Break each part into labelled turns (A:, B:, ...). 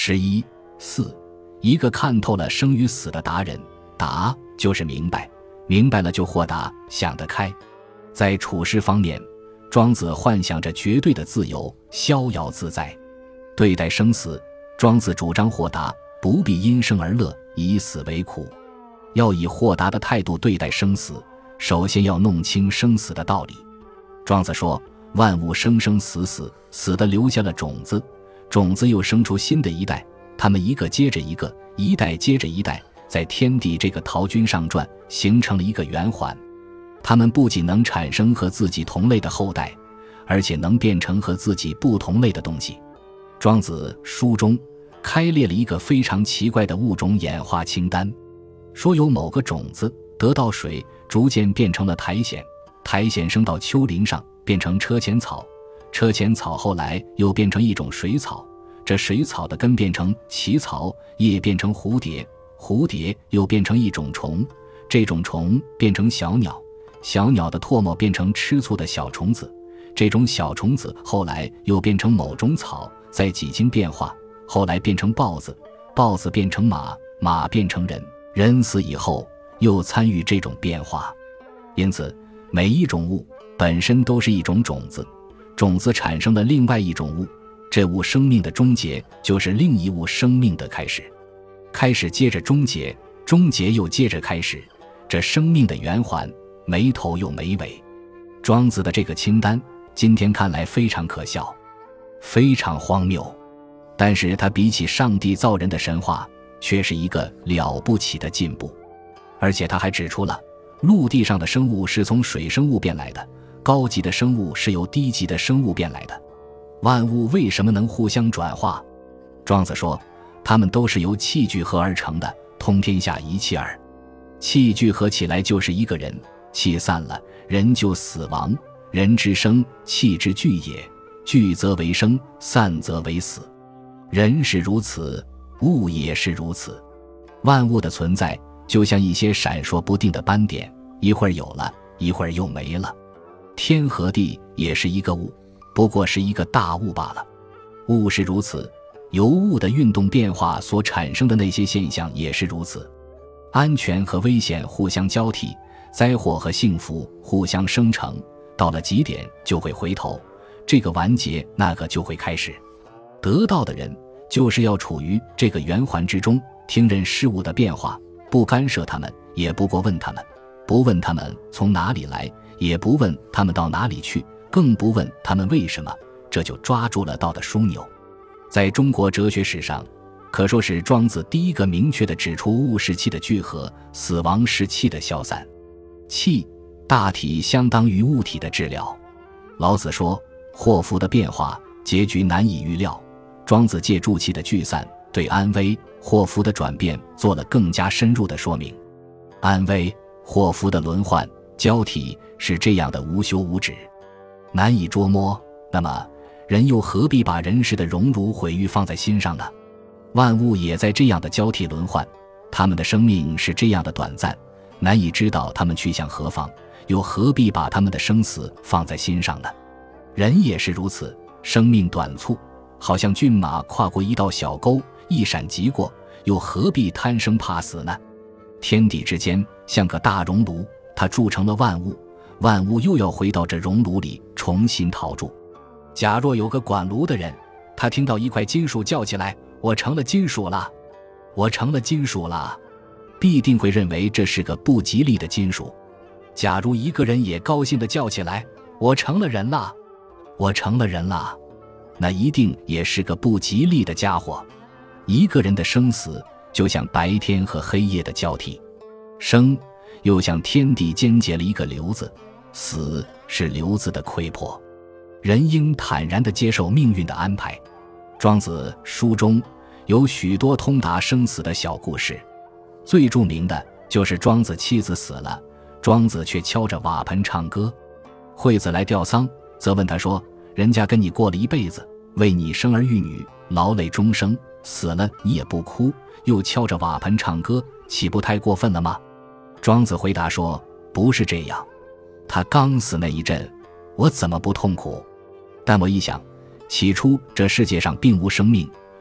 A: 11.4一个看透了生与死的达人，达就是明白，明白了就豁达，想得开。在处事方面，庄子幻想着绝对的自由，逍遥自在。对待生死，庄子主张豁达，不必因生而乐，以死为苦。要以豁达的态度对待生死，首先要弄清生死的道理。庄子说，万物生生死死，死的留下了种子，种子又生出新的一代，它们一个接着一个，一代接着一代，在天地这个陶军上转，形成了一个圆环。它们不仅能产生和自己同类的后代，而且能变成和自己不同类的东西。庄子书中开列了一个非常奇怪的物种演化清单，说有某个种子得到水，逐渐变成了苔藓，苔藓升到丘陵上，变成车前草，车前草后来又变成一种水草，这水草的根变成奇草，叶变成蝴蝶，蝴蝶又变成一种虫，这种虫变成小鸟，小鸟的唾沫变成吃醋的小虫子，这种小虫子后来又变成某种草，再几经变化，后来变成豹子，豹子变成马，马变成人，人死以后又参与这种变化。因此每一种物本身都是一种种子，种子产生了另外一种物，这物生命的终结就是另一物生命的开始，开始接着终结，终结又接着开始，这生命的圆环没头又没尾。庄子的这个清单今天看来非常可笑，非常荒谬，但是它比起上帝造人的神话却是一个了不起的进步。而且他还指出了陆地上的生物是从水生物变来的，高级的生物是由低级的生物变来的。万物为什么能互相转化？庄子说，它们都是由器具合而成的，通天下一气耳。器具合起来就是一个人，气散了，人就死亡。人之生，气之聚也，聚则为生，散则为死。人是如此，物也是如此。万物的存在就像一些闪烁不定的斑点，一会儿有了，一会儿又没了。天和地也是一个物，不过是一个大物罢了。物是如此，由物的运动变化所产生的那些现象也是如此。安全和危险互相交替，灾祸和幸福互相生成，到了极点就会回头，这个完结那个就会开始。得到的人就是要处于这个圆环之中，听任事物的变化，不干涉他们，也不过问他们，不问他们从哪里来，也不问他们到哪里去，更不问他们为什么，这就抓住了道的枢纽。在中国哲学史上，可说是庄子第一个明确地指出物是气的聚合，死亡是气的消散。气大体相当于物体的质料。老子说，祸福的变化结局难以预料。庄子借助气的聚散，对安危祸福的转变做了更加深入的说明。安危祸福的轮换交替是这样的无休无止，难以捉摸，那么人又何必把人世的荣辱毁誉放在心上呢？万物也在这样的交替轮换，他们的生命是这样的短暂，难以知道他们去向何方，又何必把他们的生死放在心上呢？人也是如此，生命短促，好像骏马跨过一道小沟，一闪即过，又何必贪生怕死呢？天地之间像个大熔炉，它铸成了万物，万物又要回到这熔炉里重新陶铸。假若有个管炉的人，他听到一块金属叫起来，我成了金属了，我成了金属了，必定会认为这是个不吉利的金属。假如一个人也高兴地叫起来，我成了人了，我成了人了，那一定也是个不吉利的家伙。一个人的生死就像白天和黑夜的交替，生又像天地间结了一个瘤子，死是瘤子的溃破。人应坦然地接受命运的安排。庄子书中有许多通达生死的小故事，最著名的就是庄子妻子死了，庄子却敲着瓦盆唱歌。惠子来吊丧，则问他说，人家跟你过了一辈子，为你生儿育女，劳累终生，死了你也不哭，又敲着瓦盆唱歌，岂不太过分了吗？庄子回答说，不是这样，他刚死那一阵，我怎么不痛苦？但我一想，起初这世界上并无生命，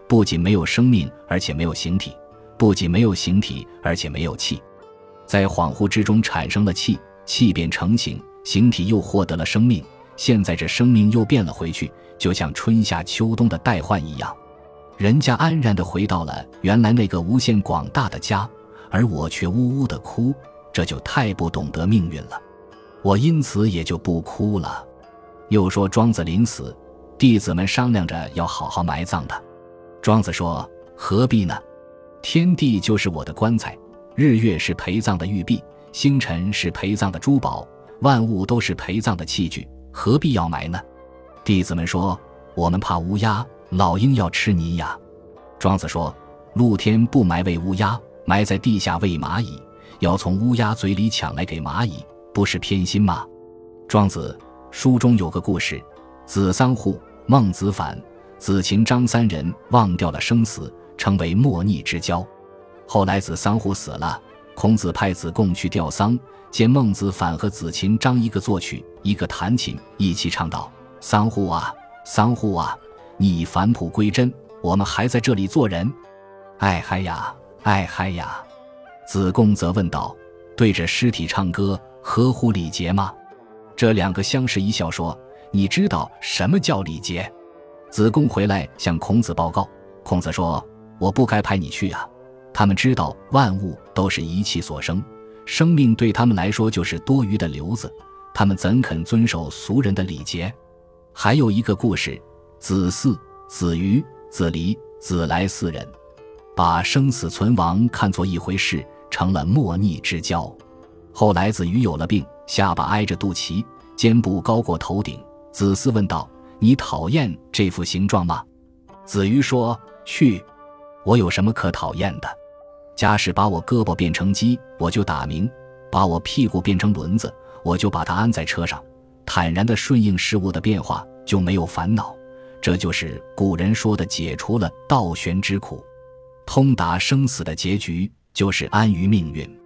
A: 不仅没有生命，而且没有形体；不仅没有形体，而且没有气。在恍惚之中产生了气，气便成形，形体又获得了生命，现在这生命又变了回去，就像春夏秋冬的代换一样。人家安然地回到了原来那个无限广大的家，而我却呜呜地哭，这就太不懂得命运了。我因此也就不哭了。又说庄子临死，弟子们商量着要好好埋葬他。庄子说：何必呢？天地就是我的棺材，日月是陪葬的玉璧，星辰是陪葬的珠宝，万物都是陪葬的器具，何必要埋呢？弟子们说：我们怕乌鸦、老鹰要吃泥呀。庄子说：露天不埋喂乌鸦，埋在地下喂蚂蚁，要从乌鸦嘴里抢来给蚂蚁，不是偏心吗？庄子书中有个故事，子桑户、孟子反、子禽、张三人忘掉了生死，成为莫逆之交。后来子桑户死了，孔子派子贡去吊丧，见孟子反和子禽、张一个作曲，一个弹琴，一起唱道：桑户啊，桑户啊，你已返璞归真，我们还在这里做人，ai嗨呀，ai嗨呀。子贡则问道：对着尸体唱歌，合乎礼节吗？这两个相视一笑说：你知道什么叫礼节？子贡回来向孔子报告，孔子说：我不该派你去啊，他们知道万物都是一气所生，生命对他们来说就是多余的瘤子，他们怎肯遵守俗人的礼节？还有一个故事，子嗣、子瑜、子离、子来四人，把生死存亡看作一回事，成了莫逆之交。后来子瑜有了病，下巴挨着肚脐，肩部高过头顶，子嗣问道：你讨厌这副形状吗？子瑜说：去，我有什么可讨厌的？假使把我胳膊变成鸡，我就打鸣；把我屁股变成轮子，我就把它安在车上，坦然地顺应事物的变化，就没有烦恼。这就是古人说的解除了倒悬之苦。通达生死的结局，就是安于命运。